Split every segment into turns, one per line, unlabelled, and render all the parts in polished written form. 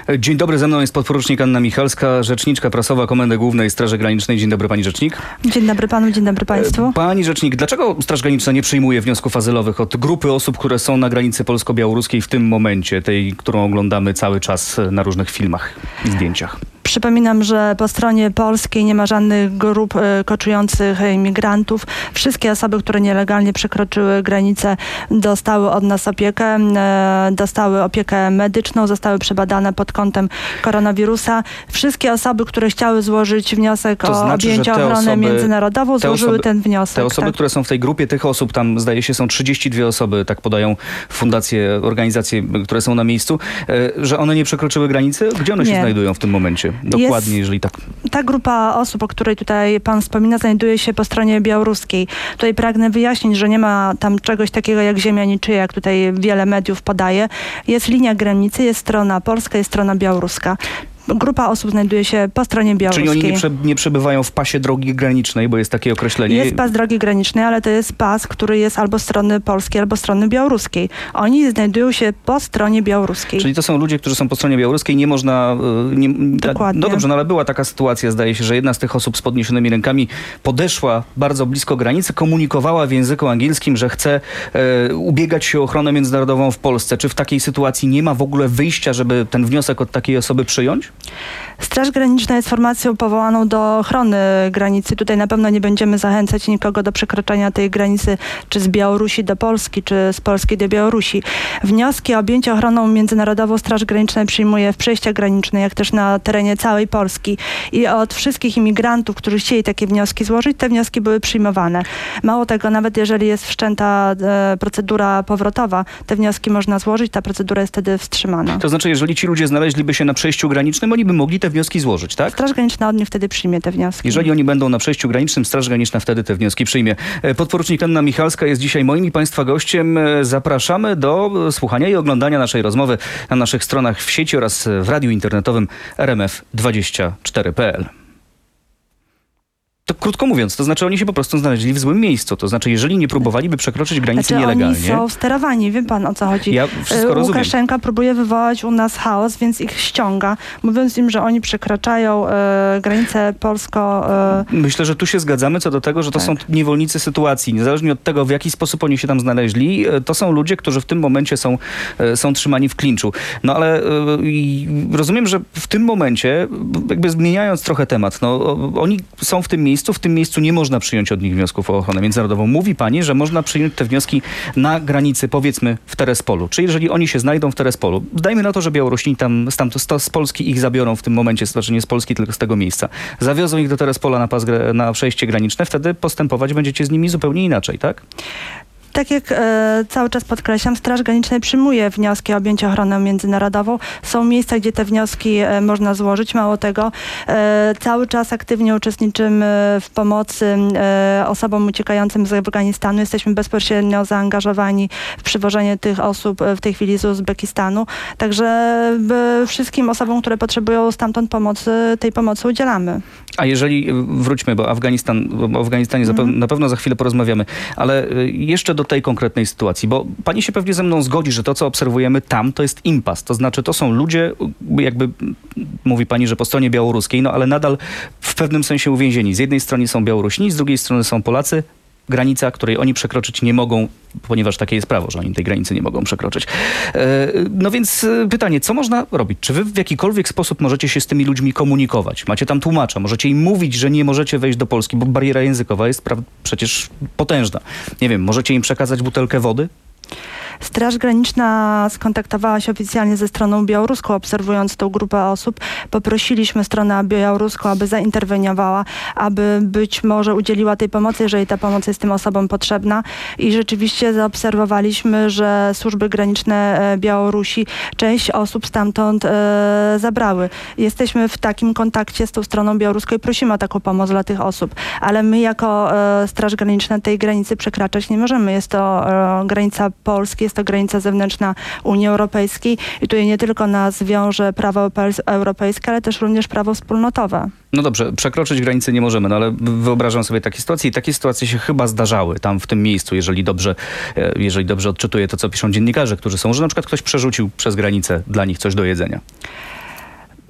Dzień dobry, ze mną jest podporucznik Anna Michalska, rzeczniczka prasowa Komendy Głównej Straży Granicznej. Dzień dobry, pani rzecznik.
Dzień dobry panu, dzień dobry państwu.
Pani rzecznik, dlaczego Straż Graniczna nie przyjmuje wniosków azylowych od grupy osób, które są na granicy polsko-białoruskiej w tym momencie, tej, którą oglądamy cały czas na różnych filmach i zdjęciach?
Przypominam, że po stronie polskiej nie ma żadnych grup koczujących imigrantów. Wszystkie osoby, które nielegalnie przekroczyły granicę, dostały od nas opiekę, dostały opiekę medyczną, zostały przebadane pod kątem koronawirusa. Wszystkie osoby, które chciały złożyć wniosek o objęcie ochronę międzynarodową, złożyły ten wniosek.
Te osoby, które są w tej grupie, tych osób, tam zdaje się są 32 osoby, tak podają fundacje, organizacje, które są na miejscu, że one nie przekroczyły granicy? Gdzie one się znajdują w tym momencie? Dokładnie, jeżeli tak.
Ta grupa osób, o której tutaj pan wspomina, znajduje się po stronie białoruskiej. Tutaj pragnę wyjaśnić, że nie ma tam czegoś takiego jak ziemia niczyja, jak tutaj wiele mediów podaje. Jest linia granicy, jest strona polska, jest strona białoruska. Grupa osób znajduje się po stronie białoruskiej.
Czyli oni nie przebywają w pasie drogi granicznej, bo jest takie określenie.
Jest pas drogi granicznej, ale to jest pas, który jest albo strony polskiej, albo strony białoruskiej. Oni znajdują się po stronie białoruskiej.
Czyli to są ludzie, którzy są po stronie białoruskiej, nie można...
Dokładnie.
No dobrze, no ale była taka sytuacja, zdaje się, że jedna z tych osób z podniesionymi rękami podeszła bardzo blisko granicy, komunikowała w języku angielskim, że chce ubiegać się o ochronę międzynarodową w Polsce. Czy w takiej sytuacji nie ma w ogóle wyjścia, żeby ten wniosek od takiej osoby przyjąć?
Straż Graniczna jest formacją powołaną do ochrony granicy. Tutaj na pewno nie będziemy zachęcać nikogo do przekroczenia tej granicy, czy z Białorusi do Polski, czy z Polski do Białorusi. Wnioski o objęcie ochroną międzynarodową Straż Graniczna przyjmuje w przejściach granicznych, jak też na terenie całej Polski. I od wszystkich imigrantów, którzy chcieli takie wnioski złożyć, te wnioski były przyjmowane. Mało tego, nawet jeżeli jest wszczęta procedura powrotowa, te wnioski można złożyć, ta procedura jest wtedy wstrzymana.
To znaczy, jeżeli ci ludzie znaleźliby się na przejściu granicznym, oni by mogli te wnioski złożyć, tak?
Straż Graniczna od nich wtedy przyjmie te wnioski.
Jeżeli oni będą na przejściu granicznym, Straż Graniczna wtedy te wnioski przyjmie. Podporucznik Anna Michalska jest dzisiaj moim i państwa gościem. Zapraszamy do słuchania i oglądania naszej rozmowy na naszych stronach w sieci oraz w radiu internetowym rmf24.pl. To krótko mówiąc, to znaczy oni się po prostu znaleźli w złym miejscu. To znaczy, jeżeli nie próbowaliby przekroczyć granicy nielegalnie...
Oni są sterowani, wie pan o co chodzi.
Ja wszystko rozumiem.
Łukaszenka próbuje wywołać u nas chaos, więc ich ściąga, mówiąc im, że oni przekraczają granicę polsko...
Myślę, że tu się zgadzamy co do tego, że to są niewolnicy sytuacji. Niezależnie od tego, w jaki sposób oni się tam znaleźli, to są ludzie, którzy w tym momencie są trzymani w klinczu. No ale rozumiem, że w tym momencie, jakby zmieniając trochę temat, no oni są w tym miejscu nie można przyjąć od nich wniosków o ochronę międzynarodową. Mówi pani, że można przyjąć te wnioski na granicy, powiedzmy, w Terespolu. Czyli jeżeli oni się znajdą w Terespolu, dajmy na to, że Białorusini tam z Polski ich zabiorą w tym momencie, znaczy nie z Polski, tylko z tego miejsca. Zawiozą ich do Terespola na przejście graniczne, wtedy postępować będziecie z nimi zupełnie inaczej, tak?
Tak jak cały czas podkreślam, Straż Graniczna przyjmuje wnioski o objęcie ochroną międzynarodową. Są miejsca, gdzie te wnioski można złożyć. Mało tego, cały czas aktywnie uczestniczymy w pomocy osobom uciekającym z Afganistanu. Jesteśmy bezpośrednio zaangażowani w przywożenie tych osób w tej chwili z Uzbekistanu. Także wszystkim osobom, które potrzebują stamtąd pomocy, tej pomocy udzielamy.
A jeżeli, wróćmy, bo o Afganistanie na pewno za chwilę porozmawiamy, ale jeszcze do tej konkretnej sytuacji, bo pani się pewnie ze mną zgodzi, że to, co obserwujemy tam, to jest impas. To znaczy, to są ludzie, jakby mówi pani, że po stronie białoruskiej, no ale nadal w pewnym sensie uwięzieni. Z jednej strony są Białorusini, z drugiej strony są Polacy. Granica, której oni przekroczyć nie mogą, ponieważ takie jest prawo, że oni tej granicy nie mogą przekroczyć. No więc pytanie, co można robić? Czy wy w jakikolwiek sposób możecie się z tymi ludźmi komunikować? Macie tam tłumacza, możecie im mówić, że nie możecie wejść do Polski, bo bariera językowa jest przecież potężna. Nie wiem, możecie im przekazać butelkę wody?
Straż Graniczna skontaktowała się oficjalnie ze stroną białoruską, obserwując tą grupę osób. Poprosiliśmy stronę białoruską, aby zainterweniowała, aby być może udzieliła tej pomocy, jeżeli ta pomoc jest tym osobom potrzebna. I rzeczywiście zaobserwowaliśmy, że służby graniczne Białorusi część osób stamtąd zabrały. Jesteśmy w takim kontakcie z tą stroną białoruską i prosimy o taką pomoc dla tych osób. Ale my jako Straż Graniczna tej granicy przekraczać nie możemy. Jest to granica Polski, jest to granica zewnętrzna Unii Europejskiej i tutaj nie tylko nas wiąże prawo europejskie, ale też również prawo wspólnotowe.
No dobrze, przekroczyć granicy nie możemy, no ale wyobrażam sobie takie sytuacje i takie sytuacje się chyba zdarzały tam w tym miejscu, jeżeli dobrze odczytuję to, co piszą dziennikarze, którzy są, że na przykład ktoś przerzucił przez granicę dla nich coś do jedzenia.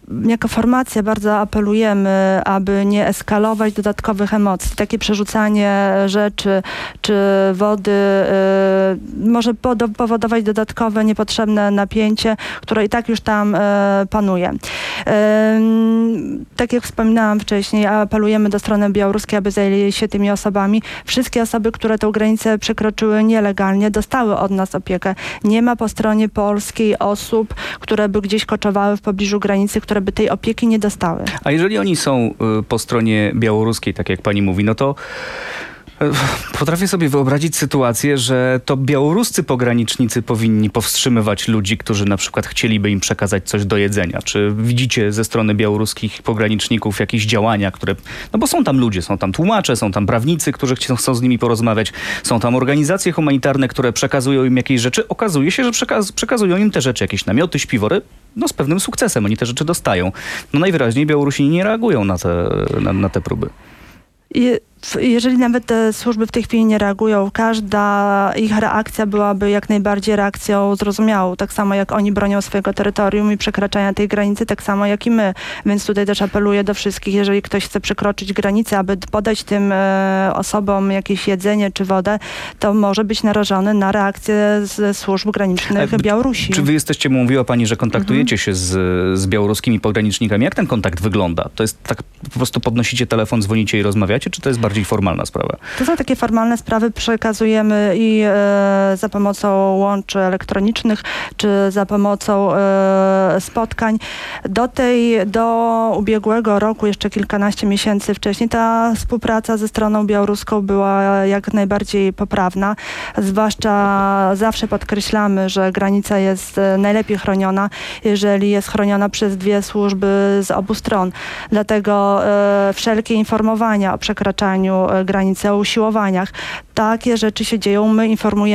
jako formacja bardzo apelujemy, aby nie eskalować dodatkowych emocji. Takie przerzucanie rzeczy czy wody może powodować dodatkowe, niepotrzebne napięcie, które i tak już tam panuje. Tak jak wspominałam wcześniej, apelujemy do strony białoruskiej, aby zajęli się tymi osobami. Wszystkie osoby, które tę granicę przekroczyły nielegalnie, dostały od nas opiekę. Nie ma po stronie polskiej osób, które by gdzieś koczowały w pobliżu granicy, które by tej opieki nie dostały.
A jeżeli oni są po stronie białoruskiej, tak jak pani mówi, no to potrafię sobie wyobrazić sytuację, że to białoruscy pogranicznicy powinni powstrzymywać ludzi, którzy na przykład chcieliby im przekazać coś do jedzenia. Czy widzicie ze strony białoruskich pograniczników jakieś działania, które... No bo są tam ludzie, są tam tłumacze, są tam prawnicy, którzy chcą z nimi porozmawiać, są tam organizacje humanitarne, które przekazują im jakieś rzeczy. Okazuje się, że przekazują im te rzeczy, jakieś namioty, śpiwory, no z pewnym sukcesem. Oni te rzeczy dostają. No najwyraźniej Białorusini nie reagują na te próby.
Jeżeli nawet te służby w tej chwili nie reagują, każda ich reakcja byłaby jak najbardziej reakcją zrozumiałą. Tak samo jak oni bronią swojego terytorium i przekraczania tej granicy, tak samo jak i my. Więc tutaj też apeluję do wszystkich, jeżeli ktoś chce przekroczyć granicę, aby podać tym osobom jakieś jedzenie czy wodę, to może być narażony na reakcję z służb granicznych Białorusi.
Czy wy jesteście, mówiła pani, że kontaktujecie się z białoruskimi pogranicznikami? Jak ten kontakt wygląda? To jest tak, po prostu podnosicie telefon, dzwonicie i rozmawiacie, czy to jest bardziej formalna sprawa?
To są takie formalne sprawy, przekazujemy i za pomocą łączy elektronicznych, czy za pomocą spotkań. Do ubiegłego roku, jeszcze kilkanaście miesięcy wcześniej, ta współpraca ze stroną białoruską była jak najbardziej poprawna. Zwłaszcza zawsze podkreślamy, że granica jest najlepiej chroniona, jeżeli jest chroniona przez dwie służby z obu stron. Dlatego wszelkie informowania o przekraczaniu granicy, o usiłowaniach. Takie rzeczy się dzieją. My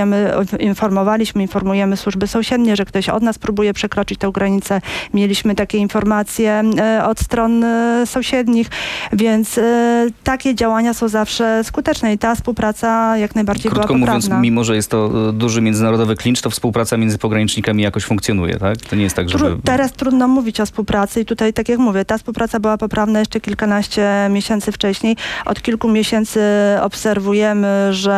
informujemy służby sąsiednie, że ktoś od nas próbuje przekroczyć tę granicę. Mieliśmy takie informacje od stron sąsiednich, więc takie działania są zawsze skuteczne i ta współpraca jak najbardziej była poprawna.
Krótko mówiąc, mimo że jest to duży międzynarodowy klincz, to współpraca między pogranicznikami jakoś funkcjonuje, tak? To nie jest tak, żeby...
Teraz trudno mówić o współpracy i tutaj, tak jak mówię, ta współpraca była poprawna jeszcze kilkanaście miesięcy wcześniej. Od kilku miesięcy obserwujemy, że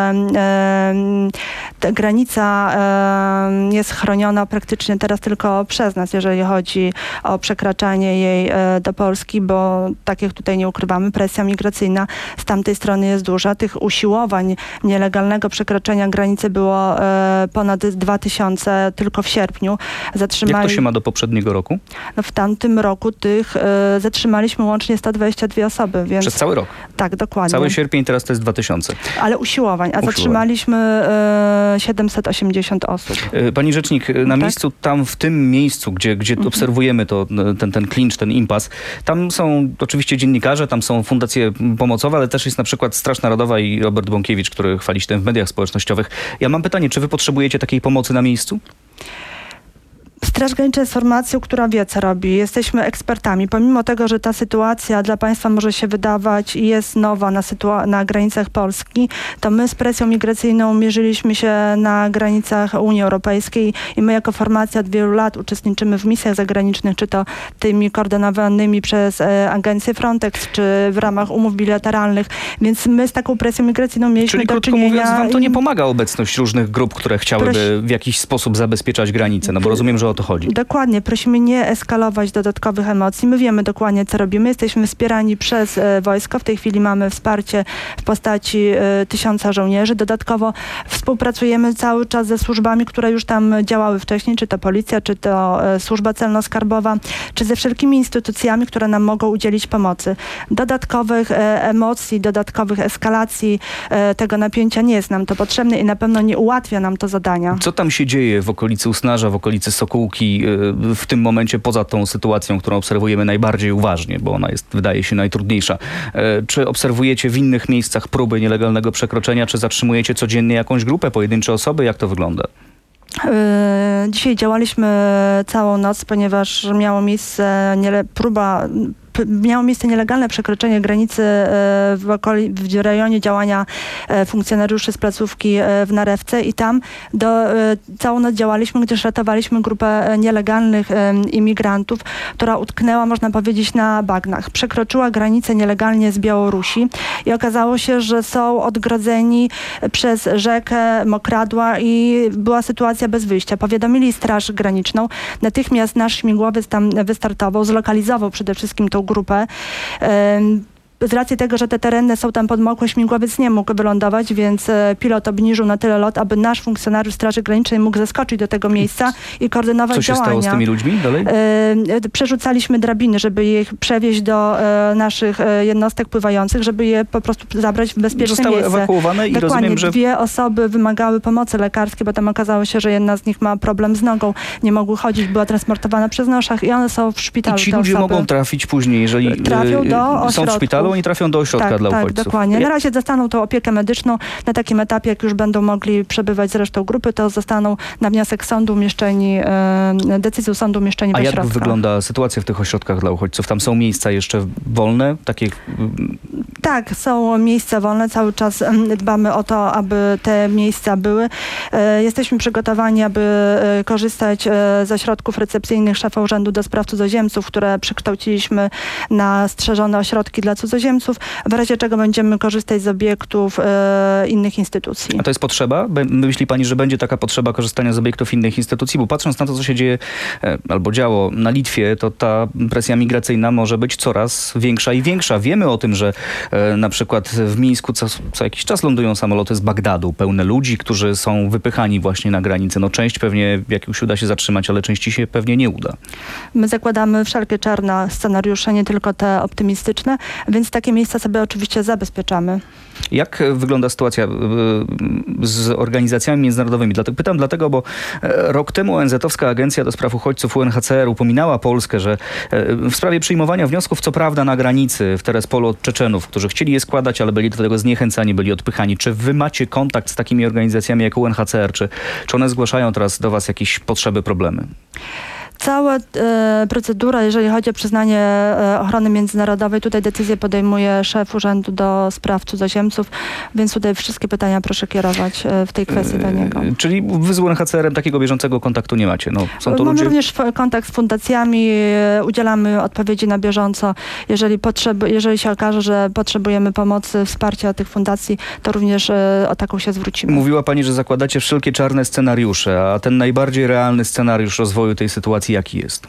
ta granica jest chroniona praktycznie teraz tylko przez nas, jeżeli chodzi o przekraczanie jej do Polski, bo tak jak tutaj nie ukrywamy, presja migracyjna z tamtej strony jest duża. Tych usiłowań nielegalnego przekroczenia granicy było ponad 2000 tylko w sierpniu.
Jak to się ma do poprzedniego roku?
No w tamtym roku zatrzymaliśmy łącznie 122 osoby. Więc...
Przez cały rok?
Tak, dokładnie.
Cały sierpień, teraz to jest 2000.
Ale usiłowań, zatrzymaliśmy 780 osób.
Pani rzecznik, na miejscu, tam w tym miejscu, gdzie obserwujemy ten klincz, ten impas, tam są oczywiście dziennikarze, tam są fundacje pomocowe, ale też jest na przykład Straż Narodowa i Robert Bąkiewicz, który chwali się tym w mediach społecznościowych. Ja mam pytanie, czy wy potrzebujecie takiej pomocy na miejscu?
Straż Graniczna jest formacją, która wie, co robi. Jesteśmy ekspertami. Pomimo tego, że ta sytuacja dla państwa może się wydawać i jest nowa na granicach Polski, to my z presją migracyjną mierzyliśmy się na granicach Unii Europejskiej i my jako formacja od wielu lat uczestniczymy w misjach zagranicznych, czy to tymi koordynowanymi przez agencję Frontex, czy w ramach umów bilateralnych, więc my z taką presją migracyjną mieliśmy do czynienia.
Czyli krótko mówiąc, wam to nie pomaga obecność różnych grup, które chciałyby w jakiś sposób zabezpieczać granice, no bo rozumiem, że o to chodzi.
Dokładnie. Prosimy nie eskalować dodatkowych emocji. My wiemy dokładnie, co robimy. Jesteśmy wspierani przez wojsko. W tej chwili mamy wsparcie w postaci 1000 żołnierzy. Dodatkowo współpracujemy cały czas ze służbami, które już tam działały wcześniej, czy to policja, czy to służba celno-skarbowa, czy ze wszelkimi instytucjami, które nam mogą udzielić pomocy. Dodatkowych emocji, dodatkowych eskalacji tego napięcia nie jest nam to potrzebne i na pewno nie ułatwia nam to zadania.
Co tam się dzieje w okolicy Usnarza, w okolicy Sokółki w tym momencie, poza tą sytuacją, którą obserwujemy najbardziej uważnie, bo ona jest, wydaje się, najtrudniejsza? Czy obserwujecie w innych miejscach próby nielegalnego przekroczenia, czy zatrzymujecie codziennie jakąś grupę, pojedyncze osoby? Jak to wygląda?
Dzisiaj działaliśmy całą noc, ponieważ miało miejsce próba miało miejsce nielegalne przekroczenie granicy w rejonie działania funkcjonariuszy z placówki w Narewce i tam całą noc działaliśmy, gdyż ratowaliśmy grupę nielegalnych imigrantów, która utknęła, można powiedzieć, na bagnach. Przekroczyła granicę nielegalnie z Białorusi i okazało się, że są odgrodzeni przez rzekę Mokradła i była sytuacja bez wyjścia. Powiadomili Straż Graniczną. Natychmiast nasz śmigłowiec tam wystartował, zlokalizował przede wszystkim tą grupę. Z racji tego, że te tereny są tam podmokłe, śmigłowiec nie mógł wylądować, więc pilot obniżył na tyle lot, aby nasz funkcjonariusz Straży Granicznej mógł zeskoczyć do tego miejsca i koordynować działania.
Co się stało z tymi ludźmi dalej?
Przerzucaliśmy drabiny, żeby ich przewieźć do naszych jednostek pływających, żeby je po prostu zabrać w bezpieczne
Zostały
miejsce.
ewakuowane i
Dokładnie.
rozumiem, że...
2 osoby wymagały pomocy lekarskiej, bo tam okazało się, że jedna z nich ma problem z nogą, nie mogły chodzić, była transportowana przez noszach i one są w szpitalu.
I ci ludzie mogą trafić później, jeżeli
trafią do
są w szpitalu, oni trafią do ośrodka dla uchodźców.
Tak, dokładnie. Na razie dostaną tą opiekę medyczną. Na takim etapie, jak już będą mogli przebywać z resztą grupy, to zostaną na wniosek sądu umieszczeni, decyzją sądu umieszczeni w ośrodkach.
A jak wygląda sytuacja w tych ośrodkach dla uchodźców? Tam są miejsca jeszcze wolne? Takie...
Tak, są miejsca wolne. Cały czas dbamy o to, aby te miejsca były. Jesteśmy przygotowani, aby korzystać ze środków recepcyjnych szefa Urzędu do Spraw Cudzoziemców, które przekształciliśmy na strzeżone ośrodki dla cudzoziemców, w razie czego będziemy korzystać z obiektów innych instytucji.
A to jest potrzeba? Myśli pani, że będzie taka potrzeba korzystania z obiektów innych instytucji? Bo patrząc na to, co się dzieje albo działo na Litwie, to ta presja migracyjna może być coraz większa i większa. Wiemy o tym, że na przykład w Mińsku co jakiś czas lądują samoloty z Bagdadu, pełne ludzi, którzy są wypychani właśnie na granicę. No część pewnie jakoś uda się zatrzymać, ale części się pewnie nie uda. My
zakładamy wszelkie czarne scenariusze, nie tylko te optymistyczne, więc takie miejsca sobie oczywiście zabezpieczamy.
Jak wygląda sytuacja z organizacjami międzynarodowymi? Pytam dlatego, bo rok temu ONZ-owska Agencja do Spraw Uchodźców UNHCR upominała Polskę, że w sprawie przyjmowania wniosków, co prawda na granicy w Terespolu od Czeczenów, którzy chcieli je składać, ale byli do tego zniechęcani, byli odpychani. Czy wy macie kontakt z takimi organizacjami jak UNHCR? Czy one zgłaszają teraz do was jakieś potrzeby, problemy?
Cała procedura, jeżeli chodzi o przyznanie ochrony międzynarodowej, tutaj decyzję podejmuje szef Urzędu do Spraw Cudzoziemców, więc tutaj wszystkie pytania proszę kierować w tej kwestii do niego.
Czyli wy z UNHCR-em takiego bieżącego kontaktu nie macie? No, są to
Mamy
ludzie...
również kontakt z fundacjami, udzielamy odpowiedzi na bieżąco. Jeżeli się okaże, że potrzebujemy pomocy, wsparcia tych fundacji, to również o taką się zwrócimy.
Mówiła pani, że zakładacie wszelkie czarne scenariusze, a ten najbardziej realny scenariusz rozwoju tej sytuacji jaki jest?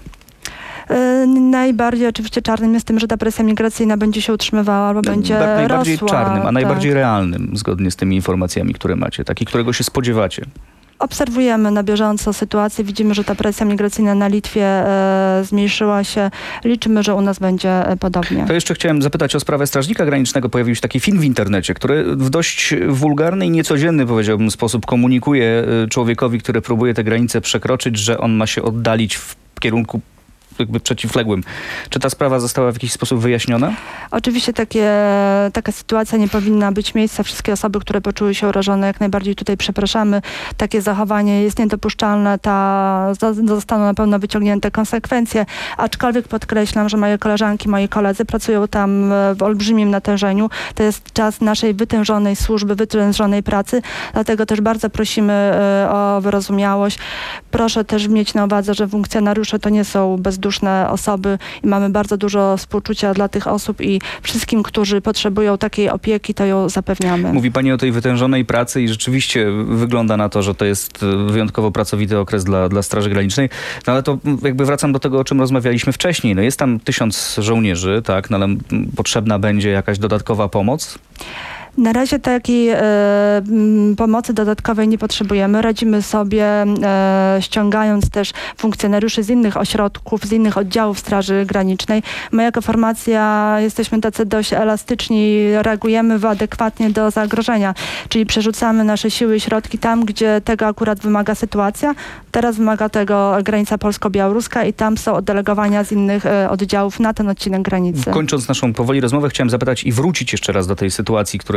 Najbardziej oczywiście czarnym jest tym, że ta presja migracyjna będzie się utrzymywała albo będzie
najbardziej
rosła.
Czarnym, a najbardziej realnym, zgodnie z tymi informacjami, które macie, taki, którego się spodziewacie.
Obserwujemy na bieżąco sytuację. Widzimy, że ta presja migracyjna na Litwie zmniejszyła się. Liczymy, że u nas będzie podobnie.
To jeszcze chciałem zapytać o sprawę Strażnika Granicznego. Pojawił się taki film w internecie, który w dość wulgarny i niecodzienny, powiedziałbym, sposób komunikuje człowiekowi, który próbuje tę granicę przekroczyć, że on ma się oddalić w kierunku jakby przeciwległym. Czy ta sprawa została w jakiś sposób wyjaśniona?
Oczywiście taka sytuacja nie powinna być miejsca. Wszystkie osoby, które poczuły się urażone, jak najbardziej tutaj przepraszamy. Takie zachowanie jest niedopuszczalne. Zostaną na pewno wyciągnięte konsekwencje. Aczkolwiek podkreślam, że moje koleżanki, moi koledzy pracują tam w olbrzymim natężeniu. To jest czas naszej wytężonej służby, wytężonej pracy. Dlatego też bardzo prosimy o wyrozumiałość. Proszę też mieć na uwadze, że funkcjonariusze to nie są bezduszne osoby i mamy bardzo dużo współczucia dla tych osób i wszystkim, którzy potrzebują takiej opieki, to ją zapewniamy.
Mówi pani o tej wytężonej pracy i rzeczywiście wygląda na to, że to jest wyjątkowo pracowity okres dla Straży Granicznej. No ale to jakby wracam do tego, o czym rozmawialiśmy wcześniej. No jest tam 1000 żołnierzy, tak, no ale potrzebna będzie jakaś dodatkowa pomoc?
Na razie takiej pomocy dodatkowej nie potrzebujemy. Radzimy sobie ściągając też funkcjonariuszy z innych ośrodków, z innych oddziałów Straży Granicznej. My jako formacja jesteśmy tacy dość elastyczni, reagujemy adekwatnie do zagrożenia, czyli przerzucamy nasze siły i środki tam, gdzie tego akurat wymaga sytuacja. Teraz wymaga tego granica polsko-białoruska i tam są oddelegowania z innych oddziałów na ten odcinek granicy.
Kończąc naszą powoli rozmowę, chciałem zapytać i wrócić jeszcze raz do tej sytuacji, której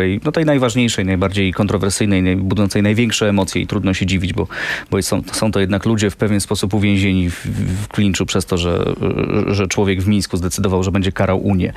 tej najważniejszej, najbardziej kontrowersyjnej, budzącej największe emocje i trudno się dziwić, bo są to jednak ludzie w pewien sposób uwięzieni w klinczu przez to, że człowiek w Mińsku zdecydował, że będzie karał Unię.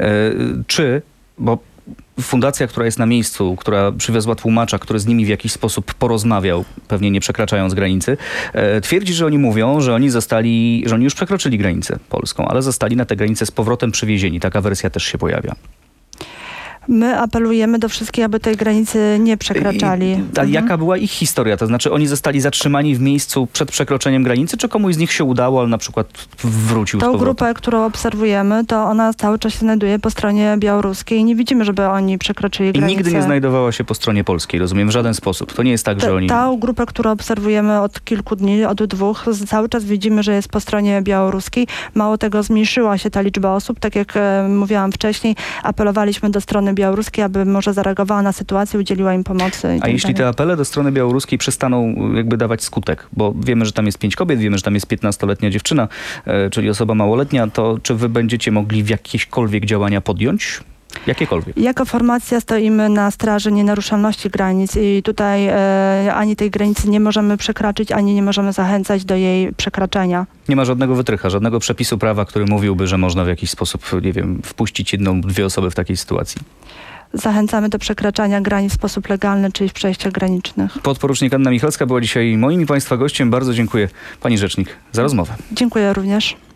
Bo fundacja, która jest na miejscu, która przywiozła tłumacza, który z nimi w jakiś sposób porozmawiał, pewnie nie przekraczając granicy, twierdzi, że oni mówią, że oni już przekroczyli granicę polską, ale zostali na tę granicę z powrotem przywiezieni. Taka wersja też się pojawia.
My apelujemy do wszystkich, aby tej granicy nie przekraczali.
A jaka była ich historia? To znaczy oni zostali zatrzymani w miejscu przed przekroczeniem granicy, czy komuś z nich się udało, ale na przykład wrócił z
Tą
powrotem?
grupę, którą obserwujemy, to ona cały czas się znajduje po stronie białoruskiej i nie widzimy, żeby oni przekroczyli
I
granicę.
nigdy nie znajdowała się po stronie polskiej, rozumiem, w żaden sposób. To nie jest tak, że oni...
Tą grupę, którą obserwujemy od kilku dni, od 2, cały czas widzimy, że jest po stronie białoruskiej. Mało tego, zmniejszyła się ta liczba osób. Tak jak mówiłam wcześniej, apelowaliśmy do strony białoruskiej, aby może zareagowała na sytuację, udzieliła im pomocy.
A jeśli te apele do strony białoruskiej przestaną jakby dawać skutek, bo wiemy, że tam jest 5 kobiet, wiemy, że tam jest 15-letnia dziewczyna, czyli osoba małoletnia, to czy wy będziecie mogli jakiekolwiek działania podjąć? Jakiekolwiek.
Jako formacja stoimy na straży nienaruszalności granic i tutaj ani tej granicy nie możemy przekraczyć, ani nie możemy zachęcać do jej przekraczania.
Nie ma żadnego wytrycha, żadnego przepisu prawa, który mówiłby, że można w jakiś sposób, nie wiem, wpuścić 1-2 osoby w takiej sytuacji.
Zachęcamy do przekraczania granic w sposób legalny, czyli w przejściach granicznych.
Podporucznik Anna Michalska była dzisiaj moim i państwa gościem. Bardzo dziękuję pani rzecznik za rozmowę.
Dziękuję również.